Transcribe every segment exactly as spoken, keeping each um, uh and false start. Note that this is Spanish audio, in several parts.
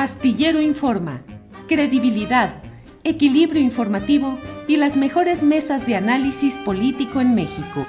Astillero Informa, credibilidad, equilibrio informativo y las mejores mesas de análisis político en México.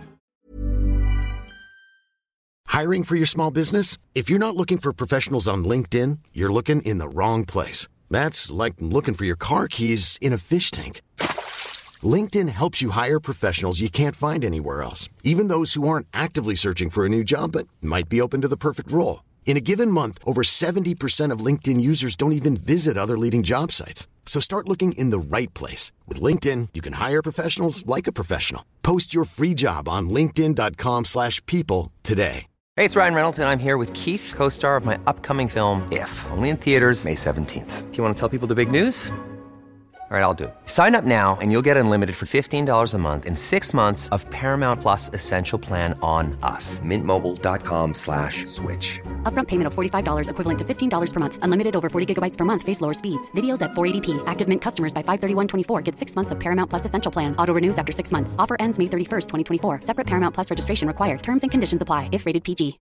Hiring for your small business? If you're not looking for professionals on LinkedIn, you're looking in the wrong place. That's like looking for your car keys in a fish tank. LinkedIn helps you hire professionals you can't find anywhere else, even those who aren't actively searching for a new job but might be open to the perfect role. In a given month, over seventy percent of LinkedIn users don't even visit other leading job sites. So start looking in the right place. With LinkedIn, you can hire professionals like a professional. Post your free job on linkedin.com slash people today. Hey, it's Ryan Reynolds, and I'm here with Keith, co-star of my upcoming film, If, only in theaters May seventeenth. Do you want to tell people the big news? All right, I'll do it. Sign up now and you'll get unlimited for fifteen dollars a month and six months of Paramount Plus Essential Plan on us. Mint Mobile dot com slash switch. Upfront payment of forty-five dollars equivalent to fifteen dollars per month. Unlimited over forty gigabytes per month. Face lower speeds. Videos at four eighty p. Active Mint customers by five thirty-one twenty-four get six months of Paramount Plus Essential Plan. Auto renews after six months. Offer ends May thirty-first, twenty twenty-four. Separate Paramount Plus registration required. Terms and conditions apply if rated P G.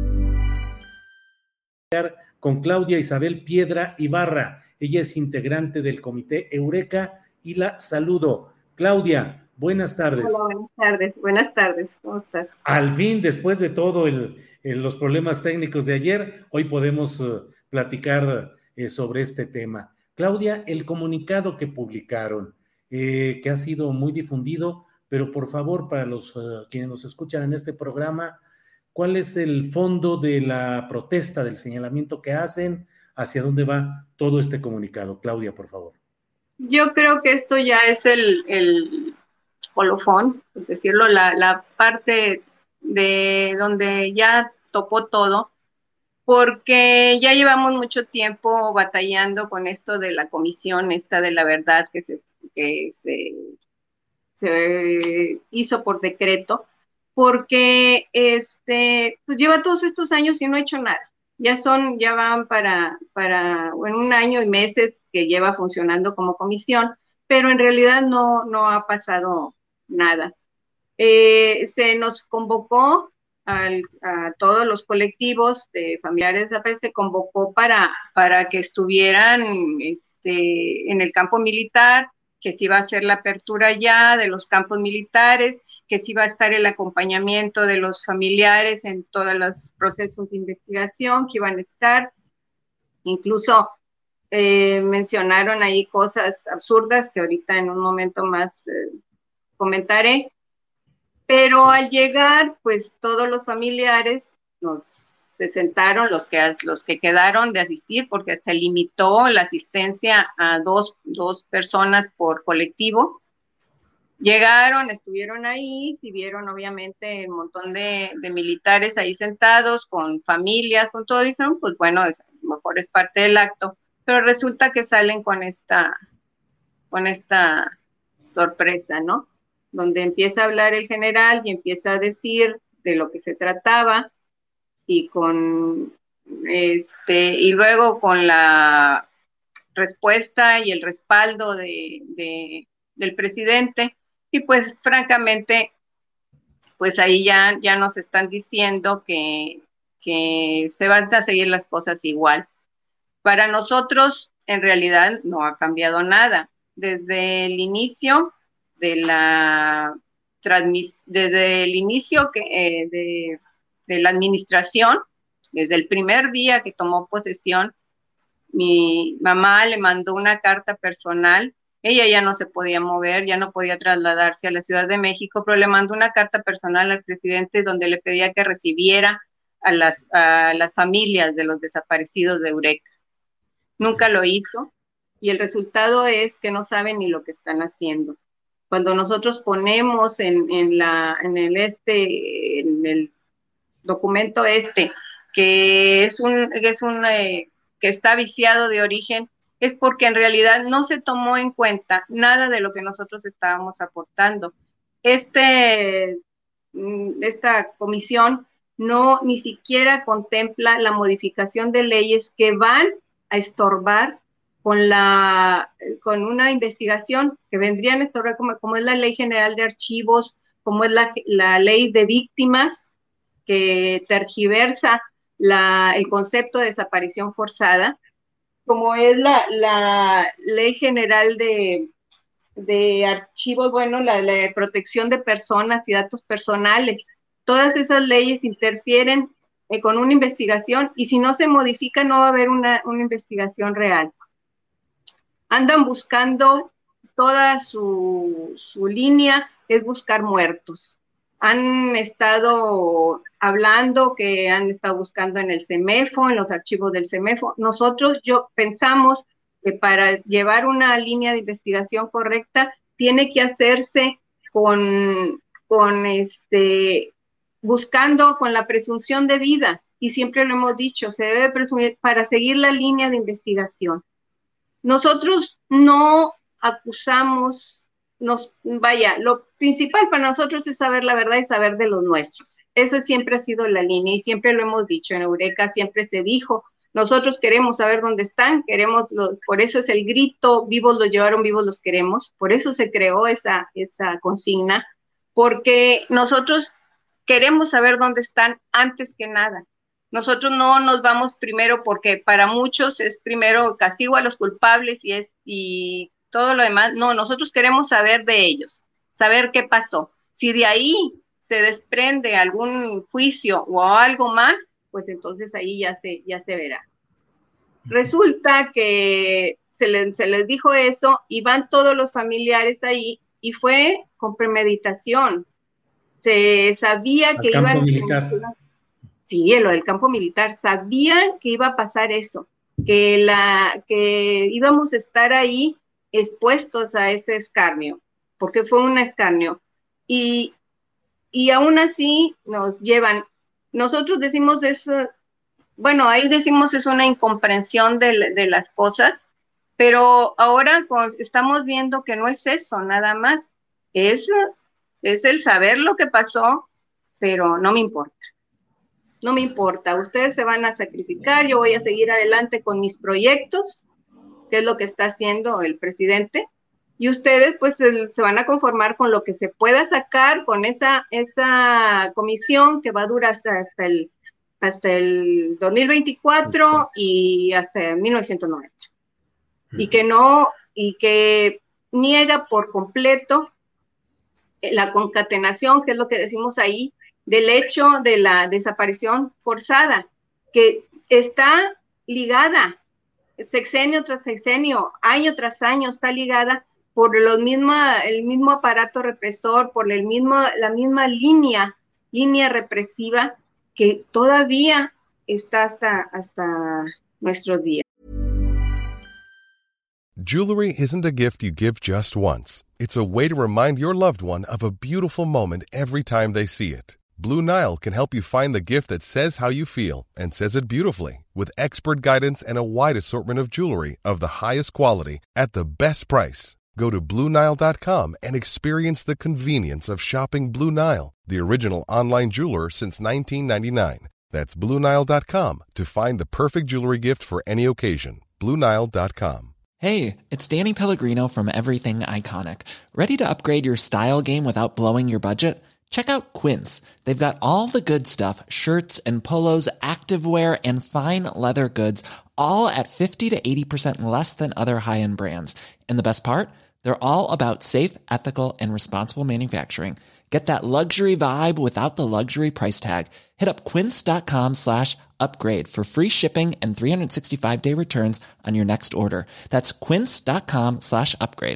Con Claudia Isabel Piedra Ibarra. Ella es integrante del Comité Eureka y la saludo. Claudia, buenas tardes. Hola, buenas tardes. Buenas tardes, ¿cómo estás? Al fin, después de todo el, el, los problemas técnicos de ayer, hoy podemos uh, platicar uh, sobre este tema. Claudia, el comunicado que publicaron, eh, que ha sido muy difundido, pero por favor, para los uh, quienes nos escuchan en este programa, ¿cuál es el fondo de la protesta, del señalamiento que hacen? ¿Hacia dónde va todo este comunicado? Claudia, por favor. Yo creo que esto ya es el, el colofón, por decirlo, la, la parte de donde ya topó todo, porque ya llevamos mucho tiempo batallando con esto de la comisión esta de la verdad que se, que se, se hizo por decreto, porque este, pues lleva todos estos años y no ha hecho nada. Ya son, ya van para, para bueno, un año y meses que lleva funcionando como comisión, pero en realidad no, no ha pasado nada. Eh, se nos convocó al, a todos los colectivos de familiares de A P, se convocó para, para que estuvieran este, en el campo militar, que se iba a hacer la apertura ya de los campos militares, que sí va a estar el acompañamiento de los familiares en todos los procesos de investigación que iban a estar. Incluso eh, mencionaron ahí cosas absurdas que ahorita en un momento más eh, comentaré. Pero al llegar, pues todos los familiares nos se sentaron, los que, los que quedaron de asistir, porque se limitó la asistencia a dos, dos personas por colectivo. Llegaron, estuvieron ahí, y vieron obviamente un montón de, de militares ahí sentados, con familias, con todo, dijeron, pues bueno, a lo mejor es parte del acto, pero resulta que salen con esta, con esta sorpresa, ¿no? Donde empieza a hablar el general y empieza a decir de lo que se trataba, y con este, y luego con la respuesta y el respaldo de, de, del presidente. Y pues francamente, pues ahí ya, ya nos están diciendo que, que se van a seguir las cosas igual. Para nosotros, en realidad, no ha cambiado nada. Desde el inicio de la transmisión, desde el inicio que, eh, de, de la administración, desde el primer día que tomó posesión, mi mamá le mandó una carta personal. Ella ya no se podía mover, ya no podía trasladarse a la Ciudad de México, pero le mandó una carta personal al presidente donde le pedía que recibiera a las, a las familias de los desaparecidos de Eureka. Nunca lo hizo, y el resultado es que no saben ni lo que están haciendo. Cuando nosotros ponemos en, en, la, en el este, en el documento este, que es un, que es un eh, que está viciado de origen, es porque en realidad no se tomó en cuenta nada de lo que nosotros estábamos aportando. Este, esta comisión no ni siquiera contempla la modificación de leyes que van a estorbar con, la, con una investigación que vendrían a estorbar, como, como es la Ley General de Archivos, como es la, la Ley de Víctimas, que tergiversa la, el concepto de desaparición forzada, como es la, la Ley General de, de Archivos, bueno, la, la de protección de personas y datos personales. Todas esas leyes interfieren eh, con una investigación y si no se modifica no va a haber una, una investigación real. Andan buscando, toda su, su línea es buscar muertos. Han estado hablando que han estado buscando en el CEMEFO, en los archivos del CEMEFO. Nosotros yo pensamos que para llevar una línea de investigación correcta tiene que hacerse con, con este, buscando con la presunción de vida, y siempre lo hemos dicho, se debe presumir para seguir la línea de investigación. Nosotros no acusamos, nos, vaya, lo principal para nosotros es saber la verdad y saber de los nuestros. Esa siempre ha sido la línea y siempre lo hemos dicho. En Eureka siempre se dijo, nosotros queremos saber dónde están, queremos, lo, por eso es el grito, vivos los llevaron, vivos los queremos, por eso se creó esa, esa consigna, porque nosotros queremos saber dónde están antes que nada. Nosotros no nos vamos primero porque para muchos es primero castigo a los culpables y, es, y todo lo demás. No, nosotros queremos saber de ellos, saber qué pasó. Si de ahí se desprende algún juicio o algo más, pues entonces ahí ya se, ya se verá. Resulta que se les, se les dijo eso y van todos los familiares ahí y fue con premeditación. Se sabía Al que campo iban... militar. Sí, en lo del campo militar, sabían que iba a pasar eso, que, la, que íbamos a estar ahí expuestos a ese escarnio, porque fue un escarnio. Y, y aún así nos llevan, nosotros decimos eso, bueno, ahí decimos es una incomprensión de, de las cosas, pero ahora con, estamos viendo que no es eso, nada más, es, es el saber lo que pasó, pero no me importa. No me importa, ustedes se van a sacrificar, yo voy a seguir adelante con mis proyectos, que es lo que está haciendo el presidente, y ustedes pues se, se van a conformar con lo que se pueda sacar con esa, esa comisión que va a durar hasta, hasta, el, hasta el dos mil veinticuatro y hasta mil novecientos noventa. Y que no, y que niega por completo la concatenación, que es lo que decimos ahí, del hecho de la desaparición forzada, que está ligada, sexenio tras sexenio, año tras año, está ligada por los misma, el mismo aparato represor, por el mismo, la misma línea, línea represiva que todavía está hasta, hasta nuestros días. Jewelry isn't a gift you give just once. It's a way to remind your loved one of a beautiful moment every time they see it. Blue Nile can help you find the gift that says how you feel and says it beautifully, with expert guidance and a wide assortment of jewelry of the highest quality at the best price. Go to Blue Nile dot com and experience the convenience of shopping Blue Nile, the original online jeweler since nineteen ninety-nine. That's Blue Nile dot com to find the perfect jewelry gift for any occasion. Blue Nile dot com. Hey, it's Danny Pellegrino from Everything Iconic. Ready to upgrade your style game without blowing your budget? Check out Quince. They've got all the good stuff, shirts and polos, activewear, and fine leather goods, all at fifty to eighty percent less than other high-end brands. And the best part? They're all about safe, ethical, and responsible manufacturing. Get that luxury vibe without the luxury price tag. Hit up quince.com slash upgrade for free shipping and three sixty-five day returns on your next order. That's quince.com slash upgrade.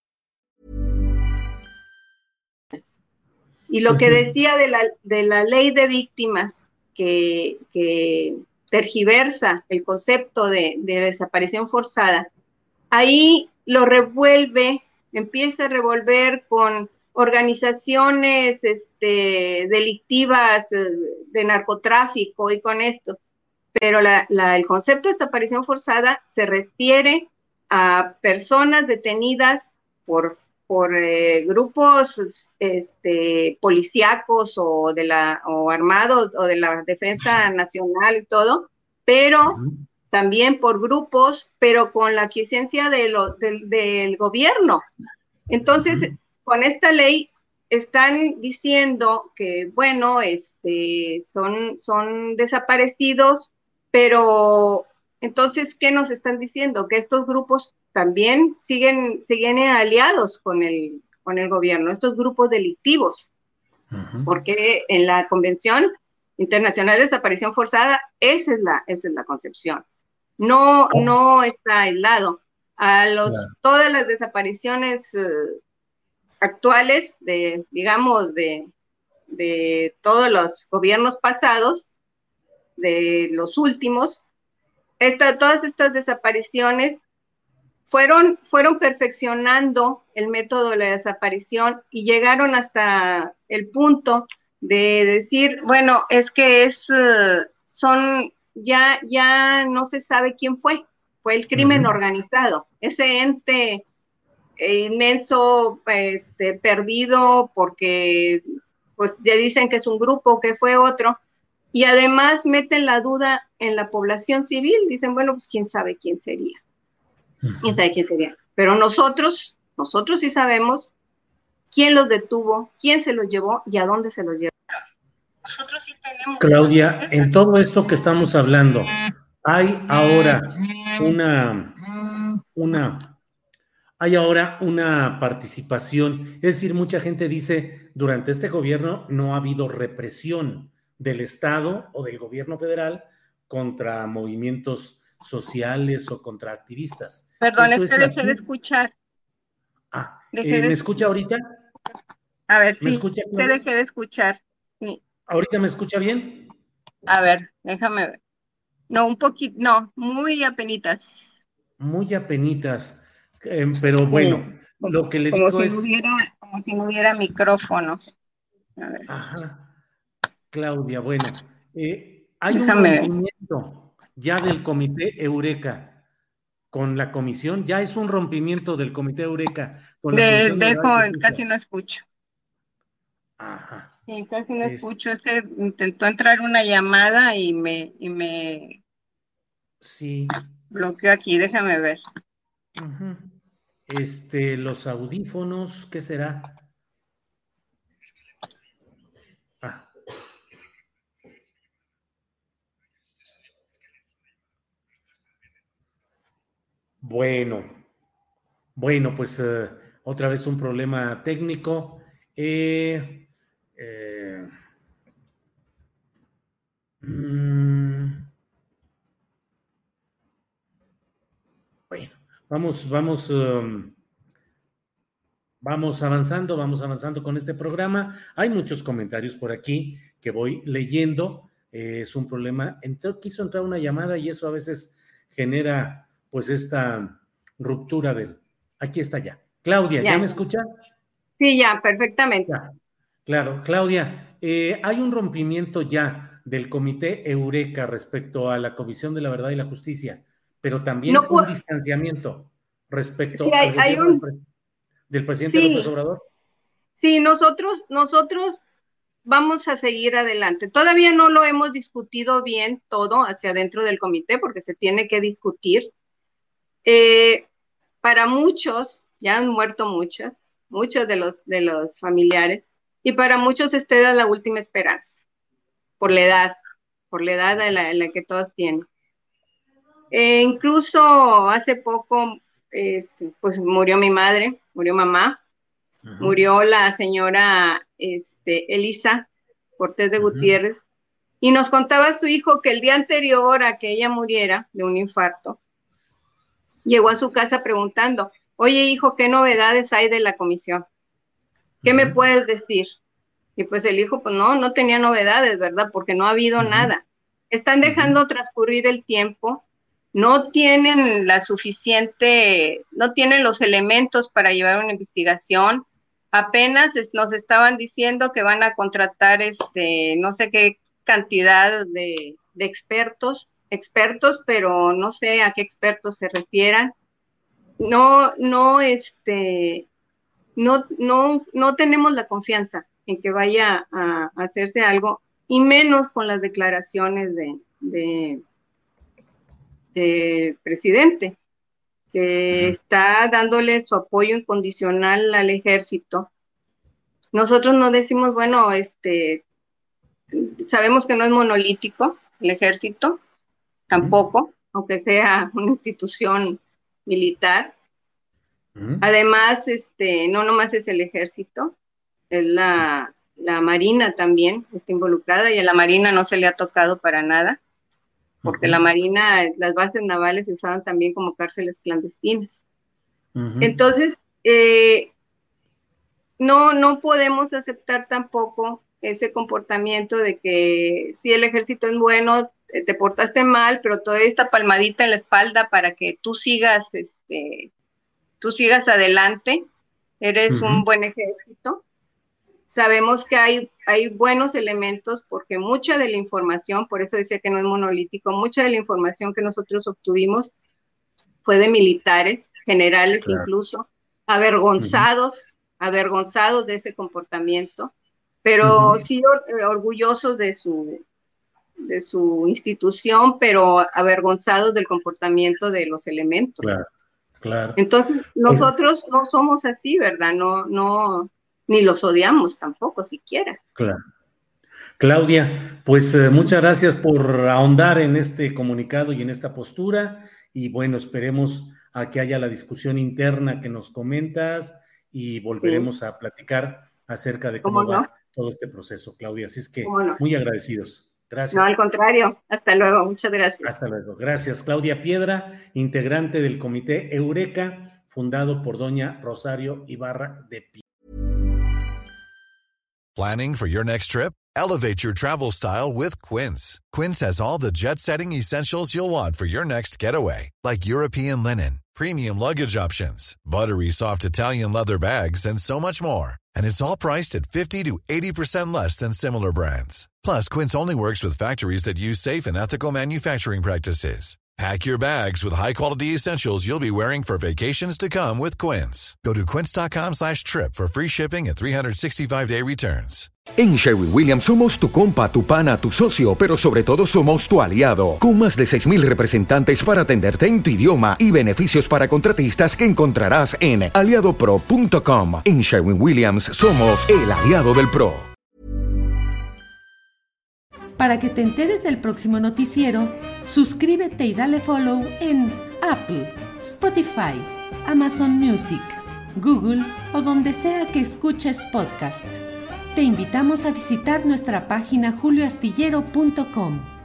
Y lo que decía de la, de la ley de víctimas, que, que tergiversa el concepto de, de desaparición forzada, ahí lo revuelve, empieza a revolver con organizaciones este, delictivas de narcotráfico y con esto, pero la, la, el concepto de desaparición forzada se refiere a personas detenidas por por eh, grupos este, policíacos o de la o armados o de la defensa nacional y todo, pero uh-huh. también por grupos, pero con la aquiescencia de lo, de, del gobierno. Entonces, uh-huh. con esta ley están diciendo que, bueno, este, son, son desaparecidos, pero entonces, ¿qué nos están diciendo? Que estos grupos también siguen, siguen aliados con el, con el gobierno, estos grupos delictivos, uh-huh. porque en la Convención Internacional de Desaparición Forzada, esa es la, esa es la concepción. No, oh. no está aislado. A los, yeah. todas las desapariciones uh, actuales, de, digamos, de, de todos los gobiernos pasados, de los últimos, esta, todas estas desapariciones fueron, fueron perfeccionando el método de la desaparición y llegaron hasta el punto de decir, bueno, es que es, uh, son, ya, ya no se sabe quién fue, fue el crimen uh-huh. organizado, ese ente eh, inmenso, este, perdido, porque pues ya dicen que es un grupo, que fue otro, y además meten la duda en la población civil, dicen, bueno, pues quién sabe quién sería, uh-huh. quién sabe quién sería, pero nosotros, nosotros sí sabemos quién los detuvo, quién se los llevó y a dónde se los llevó. Nosotros sí tenemos... Claudia, en todo esto que estamos hablando, hay ahora una, una, hay ahora una participación, es decir, mucha gente dice, durante este gobierno no ha habido represión del Estado o del gobierno federal contra movimientos sociales o contra activistas. Perdón, es que es dejé de escuchar. Ah, eh, ¿me escucha ahorita? A ver, ¿Me sí, escucha? te dejé de escuchar. Sí. ¿Ahorita me escucha bien? A ver, déjame ver. No, un poquito, no, muy apenitas. Muy apenitas, eh, pero bueno, sí, lo que le como digo si es... No hubiera, como si no hubiera micrófono. A ver. Ajá, Claudia, bueno, eh, hay déjame un rompimiento ver. ya del Comité Eureka con la comisión, ya es un rompimiento del Comité Eureka con la de, comisión de dejo, casi no escucho. Ajá. Sí, casi no es... escucho, es que intentó entrar una llamada y me, y me sí. bloqueó aquí, déjame ver. Uh-huh. Este, los audífonos, ¿qué será? Ah. Bueno, bueno, pues uh, otra vez un problema técnico. Eh, eh, mm, bueno, vamos, vamos, um, vamos avanzando, vamos avanzando con este programa. Hay muchos comentarios por aquí que voy leyendo. Eh, es un problema. Entró, quiso entrar una llamada y eso a veces genera pues esta ruptura del... Aquí está ya. Claudia, ¿ya, ¿ya me escucha? Sí, ya, perfectamente. Ya. Claro, Claudia, eh, hay un rompimiento ya del Comité Eureka respecto a la Comisión de la Verdad y la Justicia, pero también no, un distanciamiento respecto sí, hay, al hay gobierno un... del presidente sí, López Obrador. Sí, nosotros, nosotros vamos a seguir adelante. Todavía no lo hemos discutido bien todo hacia adentro del comité porque se tiene que discutir. Eh, para muchos, ya han muerto muchos, muchos de los, de los familiares, y para muchos esta era la última esperanza, por la edad, por la edad en la, en la que todos tienen. Eh, incluso hace poco, este, pues murió mi madre, murió mamá, uh-huh. murió la señora este, Elisa Cortés de uh-huh. Gutiérrez, y nos contaba su hijo que el día anterior a que ella muriera de un infarto, llegó a su casa preguntando, oye hijo, ¿qué novedades hay de la comisión? ¿Qué uh-huh. me puedes decir? Y pues el hijo, pues no, no tenía novedades, ¿verdad? Porque no ha habido uh-huh. nada. Están dejando uh-huh. transcurrir el tiempo, no tienen la suficiente, no tienen los elementos para llevar una investigación. Apenas es, nos estaban diciendo que van a contratar, este, no sé qué cantidad de, de expertos, expertos, pero no sé a qué expertos se refieran. No, no, este, no, no, no tenemos la confianza en que vaya a, a hacerse algo, y menos con las declaraciones de, de, de presidente, que uh-huh. está dándole su apoyo incondicional al ejército. Nosotros no decimos, bueno, este, sabemos que no es monolítico el ejército, tampoco, uh-huh. aunque sea una institución militar. Uh-huh. Además, este, no nomás es el ejército, es la, la Marina también está involucrada, y a la Marina no se le ha tocado para nada, porque uh-huh. la Marina, las bases navales se usaban también como cárceles clandestinas. Uh-huh. Entonces, eh, no, no podemos aceptar tampoco ese comportamiento de que si el ejército es bueno, te portaste mal, pero toda esta palmadita en la espalda para que tú sigas, este, tú sigas adelante, eres uh-huh. un buen ejército. Sabemos que hay, hay buenos elementos, porque mucha de la información, por eso decía que no es monolítico, mucha de la información que nosotros obtuvimos fue de militares, generales claro. incluso, avergonzados, uh-huh. avergonzados de ese comportamiento, pero uh-huh. sí or- orgullosos de su, de su institución, pero avergonzados del comportamiento de los elementos. Claro, claro. Entonces, nosotros no somos así, ¿verdad? No, no, ni los odiamos tampoco, siquiera. Claro. Claudia, pues eh, muchas gracias por ahondar en este comunicado y en esta postura, y bueno, esperemos a que haya la discusión interna que nos comentas, y volveremos sí. a platicar acerca de cómo, ¿Cómo va no? todo este proceso, Claudia. Así es que no? muy agradecidos. Gracias. No, al contrario. Hasta luego. Muchas gracias. Hasta luego. Gracias. Claudia Piedra, integrante del Comité Eureka, fundado por doña Rosario Ibarra de Pi. Planning for your next trip? Elevate your travel style with Quince. Quince has all the jet-setting essentials you'll want for your next getaway, like European linen, premium luggage options, buttery soft Italian leather bags, and so much more. And it's all priced at fifty to eighty percent less than similar brands. Plus, Quince only works with factories that use safe and ethical manufacturing practices. Pack your bags with high-quality essentials you'll be wearing for vacations to come with Quince. Go to quince.com slash trip for free shipping and three sixty-five day returns. En Sherwin-Williams somos tu compa, tu pana, tu socio, pero sobre todo somos tu aliado. Con más de seis mil representantes para atenderte en tu idioma y beneficios para contratistas que encontrarás en aliado pro punto com. En Sherwin-Williams somos el aliado del pro. Para que te enteres del próximo noticiero, suscríbete y dale follow en Apple, Spotify, Amazon Music, Google o donde sea que escuches podcast. Te invitamos a visitar nuestra página julio astillero punto com.